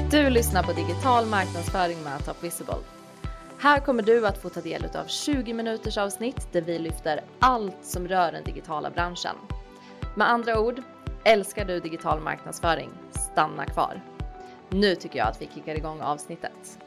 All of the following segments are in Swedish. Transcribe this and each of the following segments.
Du lyssnar på digital marknadsföring med Top Visible. Här kommer du att få ta del av 20 minuters avsnitt där vi lyfter allt som rör den digitala branschen. Med andra ord, älskar du digital marknadsföring? Stanna kvar. Nu tycker jag att vi kickar igång avsnittet.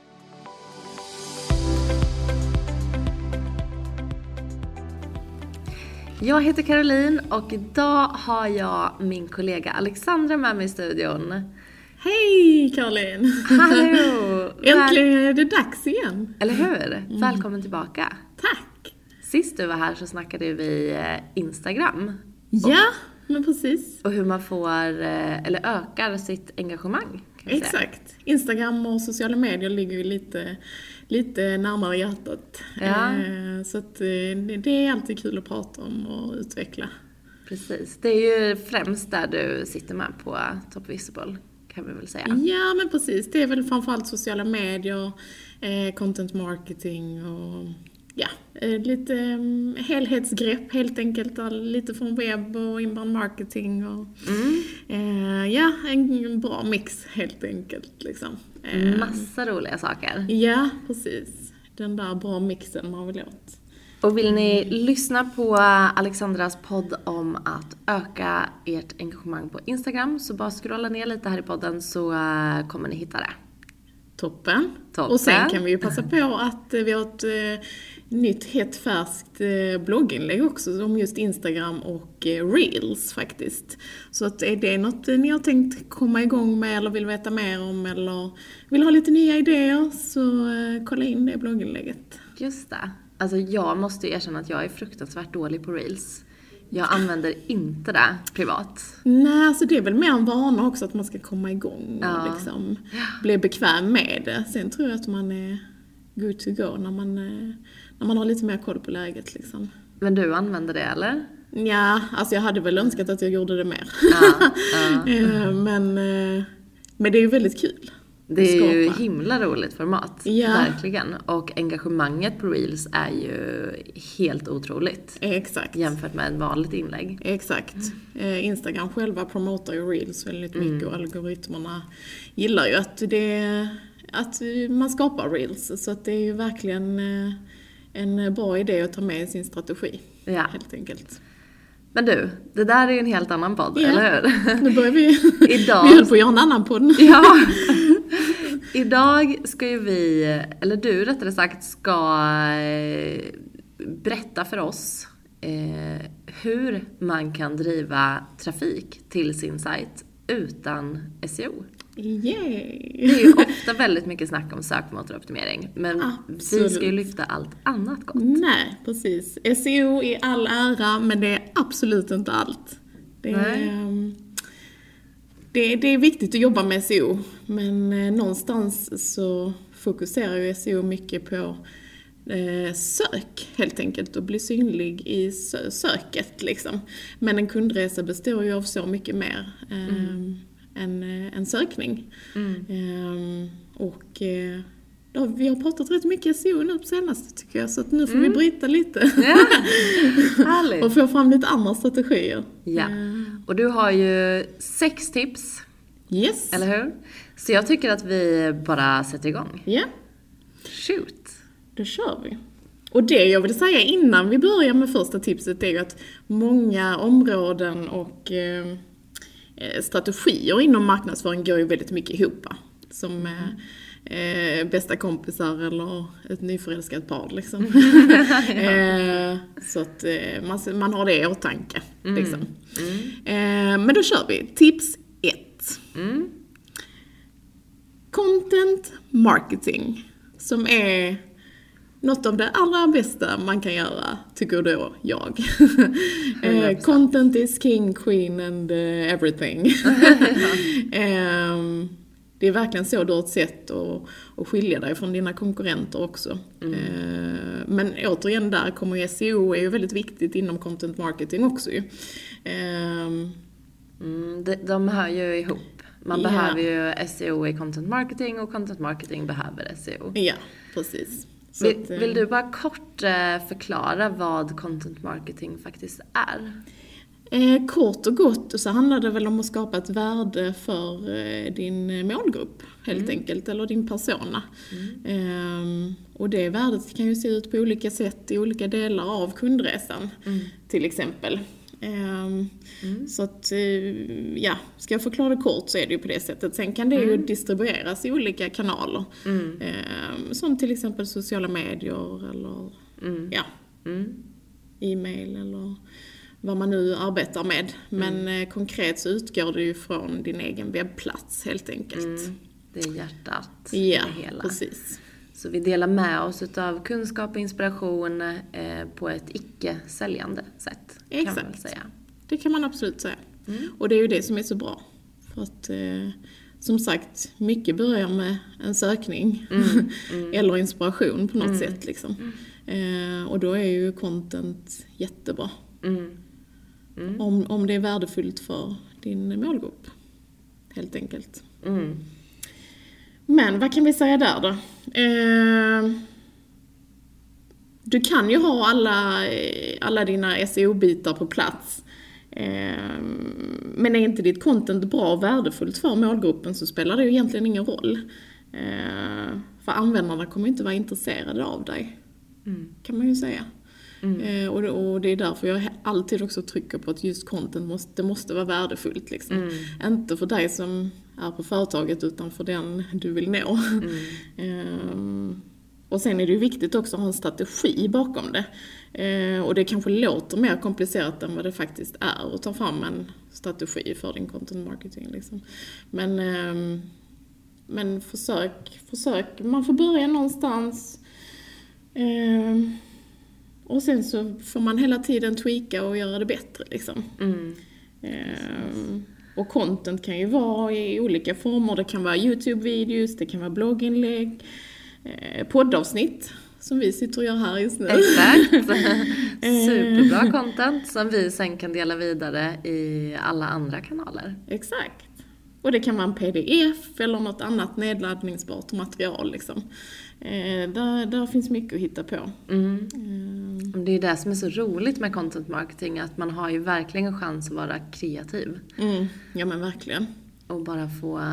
Jag heter Caroline och idag har jag min kollega Alexandra med mig i studion. Hej Caroline! Hallå! Äntligen är det dags igen. Eller hur? Välkommen tillbaka. Tack! Sist du var här så snackade vi Instagram. Ja, men precis. Och hur man får, eller ökar sitt engagemang. Exakt. Instagram och sociala medier ligger ju lite närmare hjärtat. Ja. Så att det är alltid kul att prata om och utveckla. Precis. Det är ju främst där du sitter med på Top Visible, kan vi väl säga. Ja, men precis. Det är väl framförallt sociala medier, content marketing och lite helhetsgrepp helt enkelt. Lite från webb och inbound marketing. Och, en bra mix helt enkelt. Liksom. Massa roliga saker. Ja, precis. Den där bra mixen man vill åt. Och vill ni lyssna på Alexandras podd om att öka ert engagemang på Instagram så bara scrolla ner lite här i podden så kommer ni hitta det. Toppen. Och sen kan vi ju passa på att vi har ett nytt hett färskt blogginlägg också om just Instagram och Reels faktiskt. Så att är det något ni har tänkt komma igång med eller vill veta mer om eller vill ha lite nya idéer så kolla in det blogginlägget. Just det. Alltså jag måste erkänna att jag är fruktansvärt dålig på Reels. Jag använder inte det privat. Nej, alltså det är väl mer en vana också att man ska komma igång och liksom bli bekväm med det. Sen tror jag att man är good to go när man har lite mer koll på läget liksom. Men du använder det eller? Ja, alltså jag hade väl önskat att jag gjorde det mer. Men det är ju väldigt kul. Det är ju himla roligt format, verkligen. Och engagemanget på Reels är ju helt otroligt. Exakt. Jämfört med ett vanligt inlägg. Exakt. Instagram själva promotar ju Reels väldigt mycket och algoritmerna gillar ju att man skapar Reels. Så att det är ju verkligen en bra idé att ta med i sin strategi, helt enkelt. Men du, det där är ju en helt annan podd, eller hur? Nu börjar vi. Idag... Vi höll på att göra en annan podd. Ja. Idag ska ju vi, eller du rättare sagt, ska berätta för oss hur man kan driva trafik till sin sajt utan SEO. Yay. Det är ju ofta väldigt mycket snack om sökmotoroptimering. Men vi ska ju lyfta allt annat gott. Nej, precis. SEO är all ära, men det är absolut inte allt. Det är viktigt att jobba med SEO. Men någonstans så fokuserar ju SEO mycket på sök helt enkelt och bli synlig i söket liksom. Men en kundresa består ju av så mycket mer en sökning. Vi har pratat rätt mycket SEO nu på senaste tycker jag, så att nu får vi bryta lite. Härligt. Och få fram lite andra strategier. Ja. Och du har ju 6 tips. Yes. Eller hur? Så jag tycker att vi bara sätter igång. Ja. Shoot. Då kör vi. Och det jag vill säga innan vi börjar med första tipset är ju att många områden och strategier inom marknadsföring går ju väldigt mycket ihop. Som bästa kompisar eller ett nyförälskat par liksom. Så att man har det i åtanke liksom. Men då kör vi. Tips 1. Content marketing, som är något av det allra bästa man kan göra, tycker då jag. Content is king, queen and everything. Det är verkligen så du har ett sätt att skilja dig från dina konkurrenter också. Men återigen, där kommer ju SEO är ju väldigt viktigt inom content marketing också ju. De hör ju ihop. Man behöver ju SEO i content marketing och content marketing behöver SEO. Ja, precis. Vill du bara kort förklara vad content marketing faktiskt är? Kort och gott så handlar det väl om att skapa ett värde för din målgrupp helt enkelt, eller din persona. Och det värdet kan ju se ut på olika sätt i olika delar av kundresan till exempel. Så att, ska jag förklara det kort så är det ju på det sättet. Sen kan det ju distribueras i olika kanaler. Som till exempel sociala medier eller e-mail eller vad man nu arbetar med. Men konkret så utgår det ju från din egen webbplats helt enkelt. Det är hjärtat i det hela. Precis. Så vi delar med oss av kunskap och inspiration på ett icke-säljande sätt. Exakt. Kan man säga. Det kan man absolut säga. Och det är ju det som är så bra. För att som sagt, mycket börjar med en sökning. Eller inspiration på något sätt liksom. Och då är ju content jättebra. Om det är värdefullt för din målgrupp. Helt enkelt. Men vad kan vi säga där då? Du kan ju ha alla dina SEO-bitar på plats. Men är inte ditt content bra och värdefullt för målgruppen så spelar det ju egentligen ingen roll. För användarna kommer inte vara intresserade av dig. Kan man ju säga. Och det är därför jag alltid också trycker på att just content måste vara värdefullt. Liksom. Inte för dig som är på företaget utan för den du vill nå. Och sen är det ju viktigt också att ha en strategi bakom det. Och det kanske låter mer komplicerat än vad det faktiskt är att ta fram en strategi för din content marketing. Liksom. Men försök. Man får börja någonstans. Och sen så får man hela tiden tweaka och göra det bättre. Liksom. Och content kan ju vara i olika former. Det kan vara YouTube-videos, det kan vara blogginlägg, poddavsnitt som vi sitter och gör här just nu. Exakt. Superbra content som vi sen kan dela vidare i alla andra kanaler. Exakt. Och det kan vara en pdf eller något annat nedladdningsbart material. Liksom. Där finns mycket att hitta på. Det är det som är så roligt med content marketing. Att man har ju verkligen en chans att vara kreativ. Ja men verkligen. Och bara få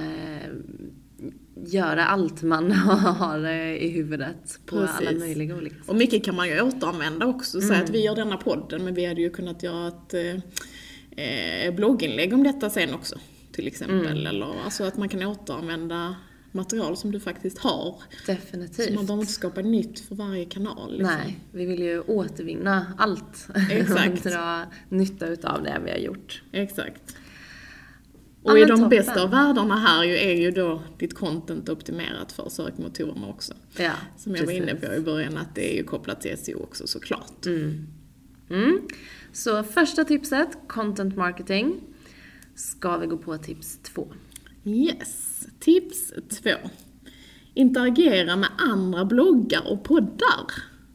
göra allt man har i huvudet på alla möjliga olika sätt. Och mycket kan man ju återanvända också. Säga att vi gör denna podden men vi hade ju kunnat göra ett blogginlägg om detta sen också. Till exempel. Eller alltså att man kan återanvända material som du faktiskt har. Definitivt. Så man behöver inte skapa nytt för varje kanal. Liksom. Nej, vi vill ju återvinna allt. Exakt. Och dra nytta utav det vi har gjort. Exakt. Och i de bästa av världarna här är ju då ditt content optimerat för sökmotorerna också. Ja, som jag var inne på i början, att det är ju kopplat till SEO också såklart. Så första tipset, content marketing. Ska vi gå på tips 2? Yes, tips 2. Interagera med andra bloggar och poddar.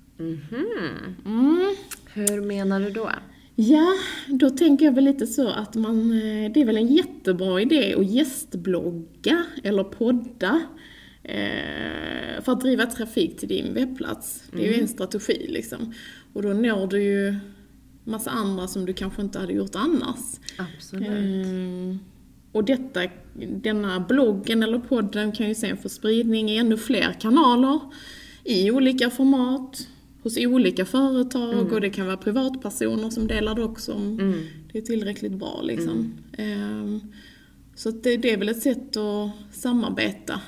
Hur menar du då? Ja, då tänker jag väl lite så att det är väl en jättebra idé att gästblogga eller podda för att driva trafik till din webbplats. Det är ju en strategi liksom. Och då når du ju massa andra som du kanske inte hade gjort annars. Absolut. Och denna bloggen eller podden kan ju sen få spridning i ännu fler kanaler i olika format hos olika företag och det kan vara privatpersoner som delar det också om det är tillräckligt bra liksom. Så att det är väl ett sätt att samarbeta.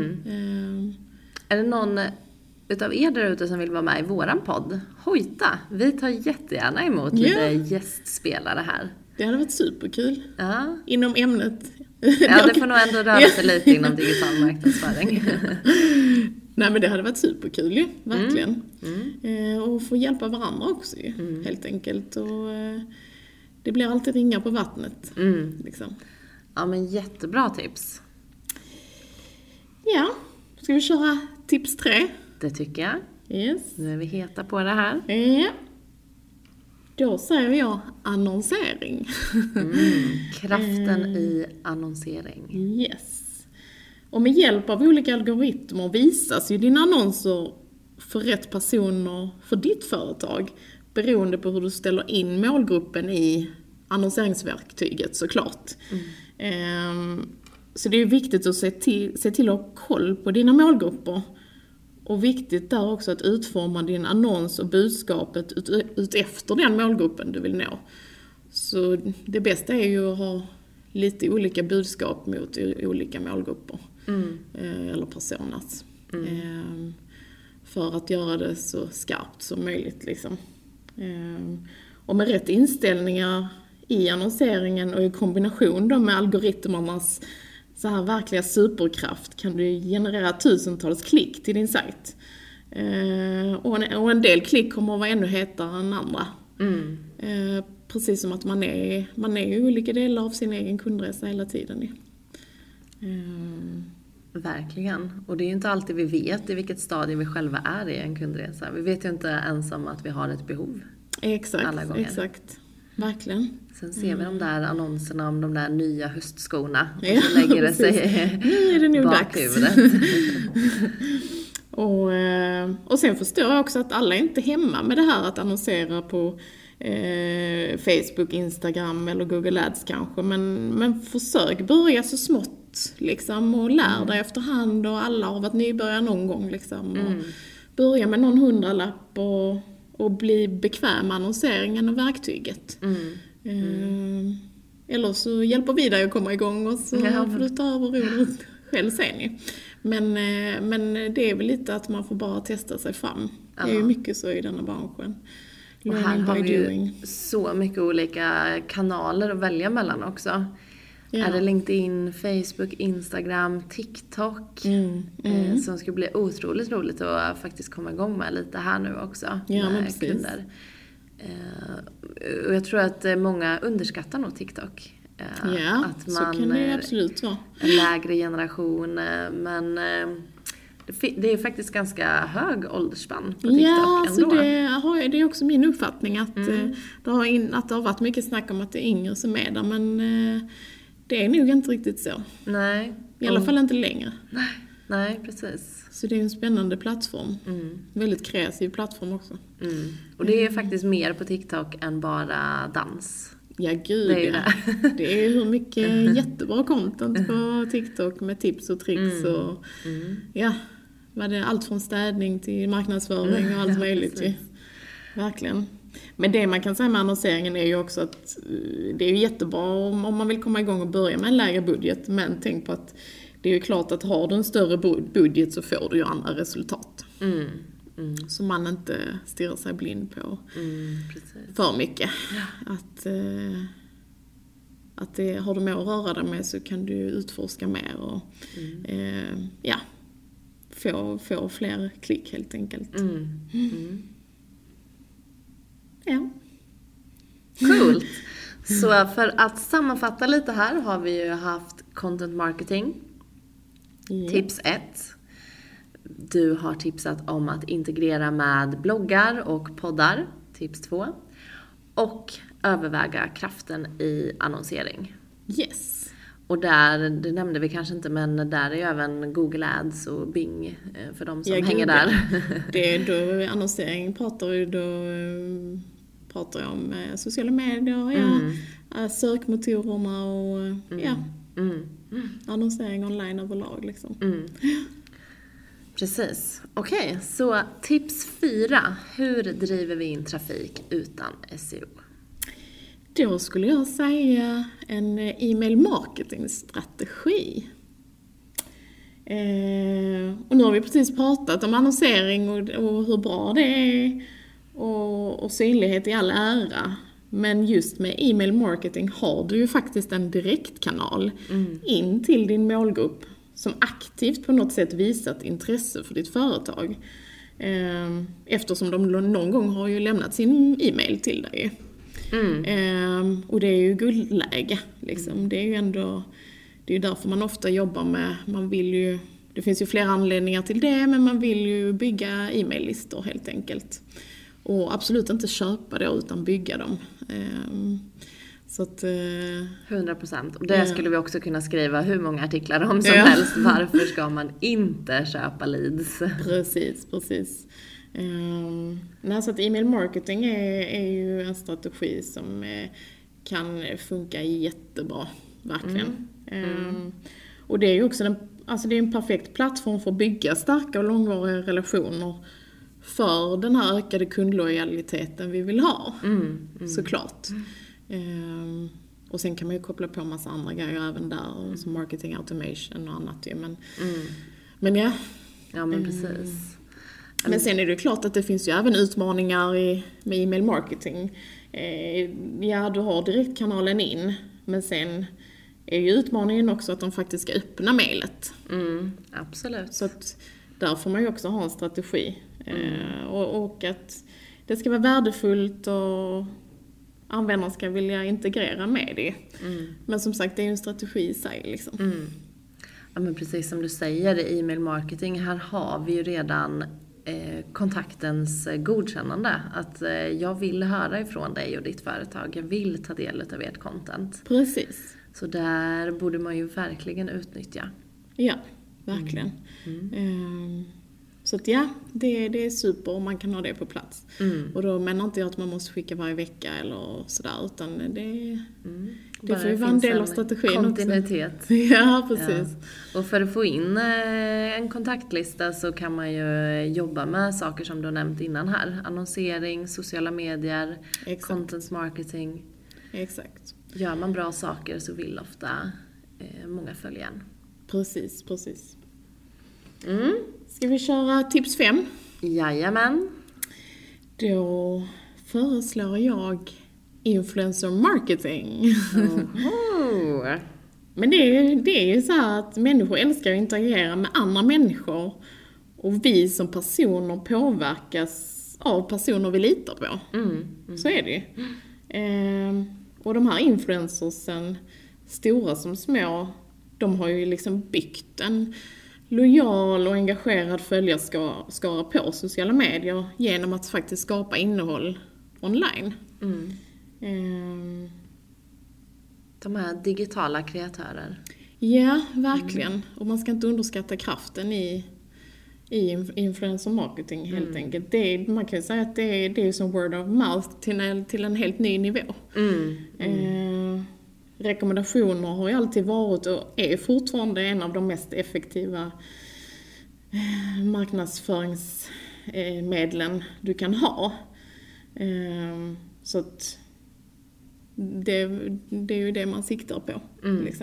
Är det någon utav er där ute som vill vara med i våran podd? Hojta! Vi tar jättegärna emot lite gästspelare här. Det hade varit superkul. Ja. Inom ämnet. Ja, det får nog ändå röra sig lite inom digital marknadsföring. Nej, men det hade varit superkul ju, verkligen. Och få hjälpa varandra också ju, helt enkelt. Och det blir alltid ringar på vattnet. Liksom. Ja, men jättebra tips. Ja, ska vi köra tips 3? Det tycker jag. Yes. Nu är vi heta på det här. Ja. Då säger jag annonsering. Kraften i annonsering. Yes. Och med hjälp av olika algoritmer visas ju dina annonser för rätt personer för ditt företag. Beroende på hur du ställer in målgruppen i annonseringsverktyget såklart. Så det är viktigt att se till att ha koll på dina målgrupper. Och viktigt där också att utforma din annons och budskapet ut efter den målgruppen du vill nå. Så det bästa är ju att ha lite olika budskap mot olika målgrupper. Eller personas. För att göra det så skarpt som möjligt liksom. Och med rätt inställningar i annonseringen och i kombination då med algoritmernas så här verkliga superkraft kan du generera tusentals klick till din sajt. Och en del klick kommer att vara ännu hetare än andra. Precis som att man är i olika delar av sin egen kundresa hela tiden. Verkligen. Och det är ju inte alltid vi vet i vilket stadie vi själva är i en kundresa. Vi vet ju inte ens om att vi har ett behov. Exakt. Verkligen. Sen ser vi de där annonserna om de där nya höstskorna. Och så lägger det sig nu är det nog bakhuvudet. Och sen förstår jag också att alla är inte hemma med det här att annonsera på Facebook, Instagram eller Google Ads kanske. Men försök börja så smått liksom, och lär dig efterhand. Och alla har varit nybörjare någon gång. Liksom, och börja med någon 100-lapp och bli bekväm med annonseringen och verktyget. Eller så hjälper vi dig att komma igång och så får du ta över rodet själv sen. Men det är väl lite att man får bara testa sig fram. Det är ju mycket så i denna branschen. Och här har vi ju så mycket olika kanaler att välja mellan också. Ja. Är det LinkedIn, Facebook, Instagram, TikTok som ska bli otroligt roligt att faktiskt komma igång med lite här nu också med kunder. Och jag tror att många underskattar nog TikTok. Att man, så kan det absolut vara. En lägre generation, men det är faktiskt ganska hög åldersspann på TikTok ändå. Det är också min uppfattning att det har varit mycket snack om att det är yngre som är där, men det är nog inte riktigt så. Nej. I alla fall inte längre. Nej, precis. Så det är en spännande plattform. Väldigt kreativ plattform också. Och det är faktiskt mer på TikTok än bara dans. Ja, gud det är hur mycket jättebra content på TikTok med tips och tricks och allt från städning till marknadsföring och allt möjligt. Verkligen. Men det man kan säga med annonseringen är ju också att det är ju jättebra om man vill komma igång och börja med en lägre budget. Men tänk på att det är ju klart att har du en större budget så får du ju andra resultat. Så man inte stirrar sig blind på för mycket. Har du mer att röra dig med så kan du utforska mer och få fler klick helt enkelt. Ja. Coolt. Så för att sammanfatta lite här har vi ju haft content marketing. Tips 1. Du har tipsat om att integrera med bloggar och poddar. Tips 2. Och överväga kraften i annonsering. Yes. Och där, det nämnde vi kanske inte, men där är ju även Google Ads och Bing för de som hänger där. Det är då annonsering pratar jag om sociala medier, sökmotorerna och annonsering online överlag liksom. Precis. Okej, så tips 4. Hur driver vi in trafik utan SEO? Då skulle jag säga en e-mail marketing-strategi. Och nu har vi precis pratat om annonsering och hur bra det är och synlighet i all ära. Men just med e-mail marketing har du ju faktiskt en direktkanal in till din målgrupp som aktivt på något sätt visat intresse för ditt företag. Eftersom de någon gång har ju lämnat sin e-mail till dig. Och det är ju guldläge liksom. Det är ju ändå, det är ju därför man ofta jobbar med, man vill ju, det finns ju flera anledningar till det, men man vill ju bygga e-maillistor helt enkelt. Och absolut inte köpa det utan bygga dem. Så att, 100%. Och det skulle vi också kunna skriva hur många artiklar om som helst. Varför ska man inte köpa leads? Precis. Så att e-mail marketing är ju en strategi som kan funka jättebra, verkligen. Och det är ju också det är en perfekt plattform för att bygga starka och långvariga relationer för den här ökade kundlojaliteten vi vill ha, såklart. Och sen kan man ju koppla på en massa andra grejer även där, som marketing automation och annat ju. Men ja. Ja, men precis. Men sen är det klart att det finns ju även utmaningar med e-mail marketing. Ja, du har direktkanalen in, men sen är ju utmaningen också att de faktiskt ska öppna mejlet. Absolut. Så att där får man ju också ha en strategi. Och att det ska vara värdefullt och användaren ska vilja integrera med det. Men som sagt, det är ju en strategi i sig liksom. Ja, men precis som du säger, i e-mail marketing, här har vi ju redan kontaktens godkännande. Att jag vill höra ifrån dig och ditt företag. Jag vill ta del av ert content. Precis. Så där borde man ju verkligen utnyttja. Ja, verkligen. Så att ja, det är super om man kan ha det på plats. Och då menar inte jag att man måste skicka varje vecka eller sådär, utan det får ju vara en del av strategin kontinuitet. Också. Ja, precis. Ja. Och för att få in en kontaktlista så kan man ju jobba med saker som du har nämnt innan här. Annonsering, sociala medier, content marketing. Exakt. Gör man bra saker så vill ofta många följa en. Precis. Ska vi köra tips 5? Jajamän. Då föreslår jag influencer marketing. Men det är ju så här att människor älskar att interagera med andra människor. Och vi som personer påverkas av personer vi litar på. Så är det ju. Och de här influencersen, stora som små, de har ju liksom byggt en lojal och engagerad följarskara på sociala medier genom att faktiskt skapa innehåll online. De här digitala kreatörer. Ja, verkligen. Och man ska inte underskatta kraften i influencer marketing helt enkelt. Man kan ju säga att det är som word of mouth till en helt ny nivå. Rekommendationer har ju alltid varit och är fortfarande en av de mest effektiva marknadsföringsmedlen du kan ha. Så att det är ju det man siktar på. Liksom.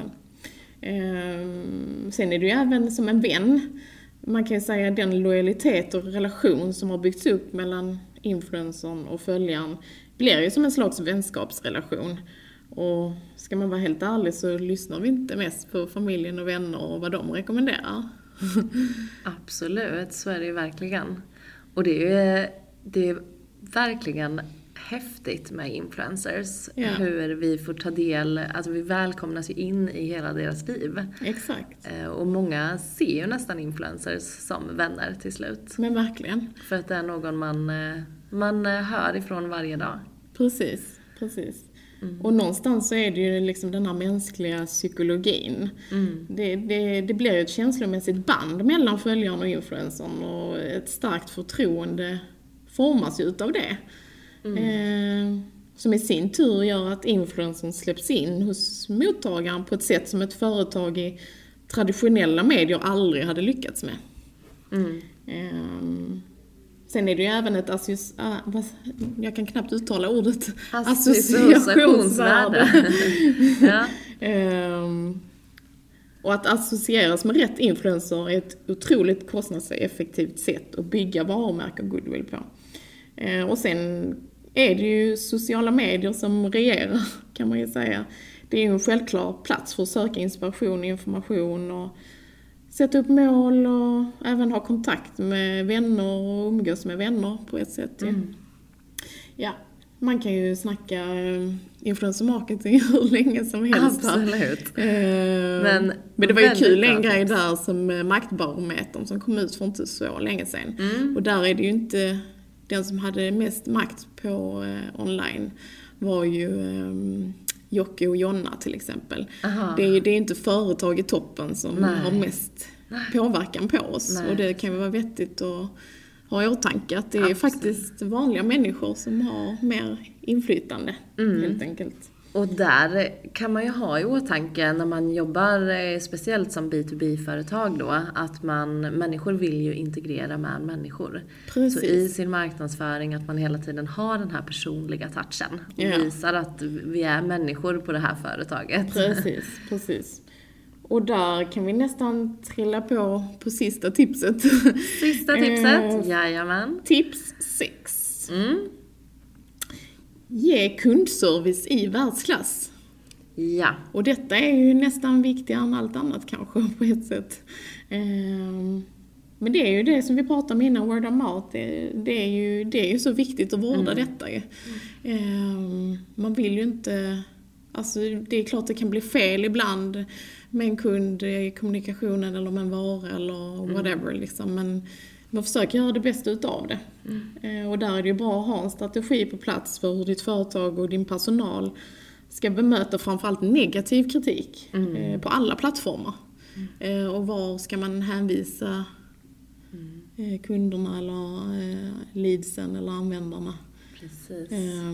Sen är det ju även som en vän. Man kan ju säga att den lojalitet och relation som har byggts upp mellan influencern och följaren blir ju som en slags vänskapsrelation. Och ska man vara helt ärlig så lyssnar vi inte mest på familjen och vänner och vad de rekommenderar. Absolut, så är det ju verkligen. Och det är verkligen häftigt med influencers. Ja. Hur vi får ta del, alltså vi välkomnas ju in i hela deras liv. Exakt. Och många ser ju nästan influencers som vänner till slut. Men verkligen. För att det är någon man hör ifrån varje dag. Precis. Och någonstans så är det ju liksom den här mänskliga psykologin. Det blir ju ett känslomässigt band mellan följaren och influencern, och ett starkt förtroende formas ju utav det. Som i sin tur gör att influencern släpps in hos mottagaren på ett sätt som ett företag i traditionella medier aldrig hade lyckats med. Sen är det ju även ett jag kan knappt uttala ordet associationsvärde. Ja. Och att associeras med rätt influencer är ett otroligt kostnadseffektivt sätt att bygga varumärken och goodwill på. Och sen är det ju sociala medier som regerar, kan man ju säga. Det är ju en självklar plats för att söka inspiration och information och sätta upp mål och även ha kontakt med vänner och umgås med vänner på ett sätt. Ja, man kan ju snacka influencer marketing hur länge som helst. Absolut. Men det var ju kul en grej där som maktbarometern som kom ut för inte så länge sedan. Och där är det ju inte den som hade mest makt på online var ju Jocke och Jonna till exempel. Det är inte företag i toppen som har mest påverkan på oss. Och det kan ju vara vettigt att ha i åtanke att det är faktiskt vanliga människor som har mer inflytande helt enkelt. Och där kan man ju ha i åtanke när man jobbar speciellt som B2B-företag då, att människor vill ju integrera med människor. Precis. Så i sin marknadsföring att man hela tiden har den här personliga touchen och visar att vi är människor på det här företaget. Precis. Och där kan vi nästan trilla på sista tipset. Sista tipset, jajamän. Tips 6. Ge kundservice i världsklass. Ja. Och detta är ju nästan viktigare än allt annat kanske på ett sätt. Men det är ju det som vi pratade om innan, word of mouth. Det är ju så viktigt att vårda detta ju. Man vill ju inte... Alltså det är klart det kan bli fel ibland med en kund i kommunikationen eller med en vara eller whatever liksom. Men man försöker göra det bästa utav det. Och där är det ju bra att ha en strategi på plats för hur ditt företag och din personal ska bemöta framförallt negativ kritik på alla plattformar. Och var ska man hänvisa kunderna eller leadsen eller användarna. Precis.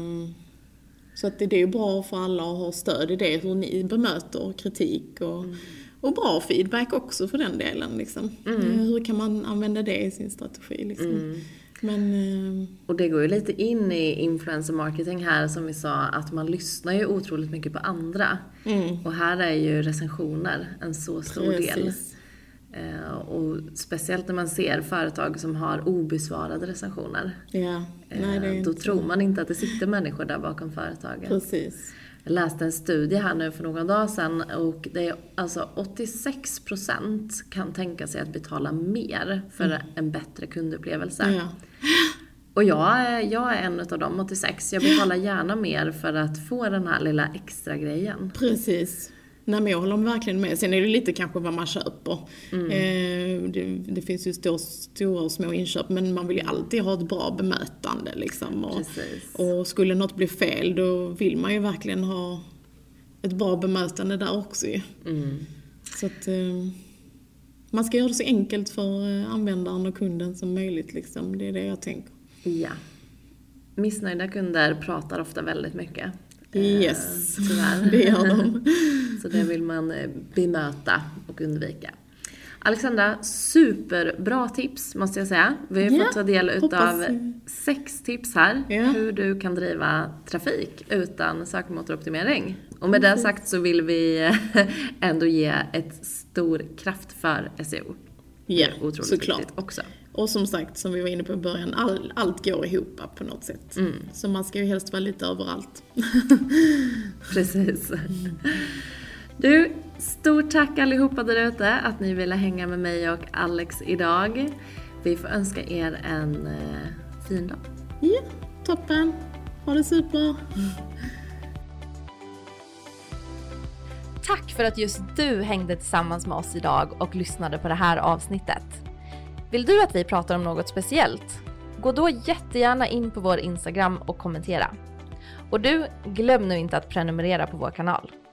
Så att det är ju bra för alla att ha stöd i det, hur ni bemöter kritik och bra feedback också för den delen. Liksom. Hur kan man använda det i sin strategi? Liksom. Och det går ju lite in i influencer marketing här som vi sa, att man lyssnar ju otroligt mycket på andra. Och här är ju recensioner en så stor del. Och speciellt när man ser företag som har obesvarade recensioner. Då tror man inte att det sitter människor där bakom företaget. Precis. Jag läste en studie här nu för några dagar sedan och det är alltså 86% kan tänka sig att betala mer för en bättre kundupplevelse. Och jag är en av dem, 86. Jag betalar gärna mer för att få den här lilla extra grejen. Precis. Nej, men jag håller verkligen med. Sen är det lite kanske vad man köper. Det finns ju stora och små inköp, men man vill ju alltid ha ett bra bemötande. Liksom. Och skulle något bli fel, då vill man ju verkligen ha ett bra bemötande där också. Så att man ska göra det så enkelt för användaren och kunden som möjligt. Liksom. Det är det jag tänker. Ja. Missnöjda kunder pratar ofta väldigt mycket. Yes, tyvärr. Det gör de. Så det vill man bemöta och undvika. Alexandra, superbra tips måste jag säga. Vi har fått ta del av 6 tips här. Hur du kan driva trafik utan sökmotoroptimering. Och med det sagt så vill vi ändå ge ett stor kraft för SEO. Ja, otroligt såklart. viktigt också. Och som sagt, som vi var inne på i början, allt går ihop på något sätt. Så man ska ju helst vara lite överallt. Precis. Du, stort tack allihopa där ute att ni ville hänga med mig och Alex idag. Vi får önska er en fin dag. Ja, toppen. Ha det super. Tack för att just du hängde tillsammans med oss idag och lyssnade på det här avsnittet. Vill du att vi pratar om något speciellt? Gå då jättegärna in på vår Instagram och kommentera. Och du, glöm nu inte att prenumerera på vår kanal.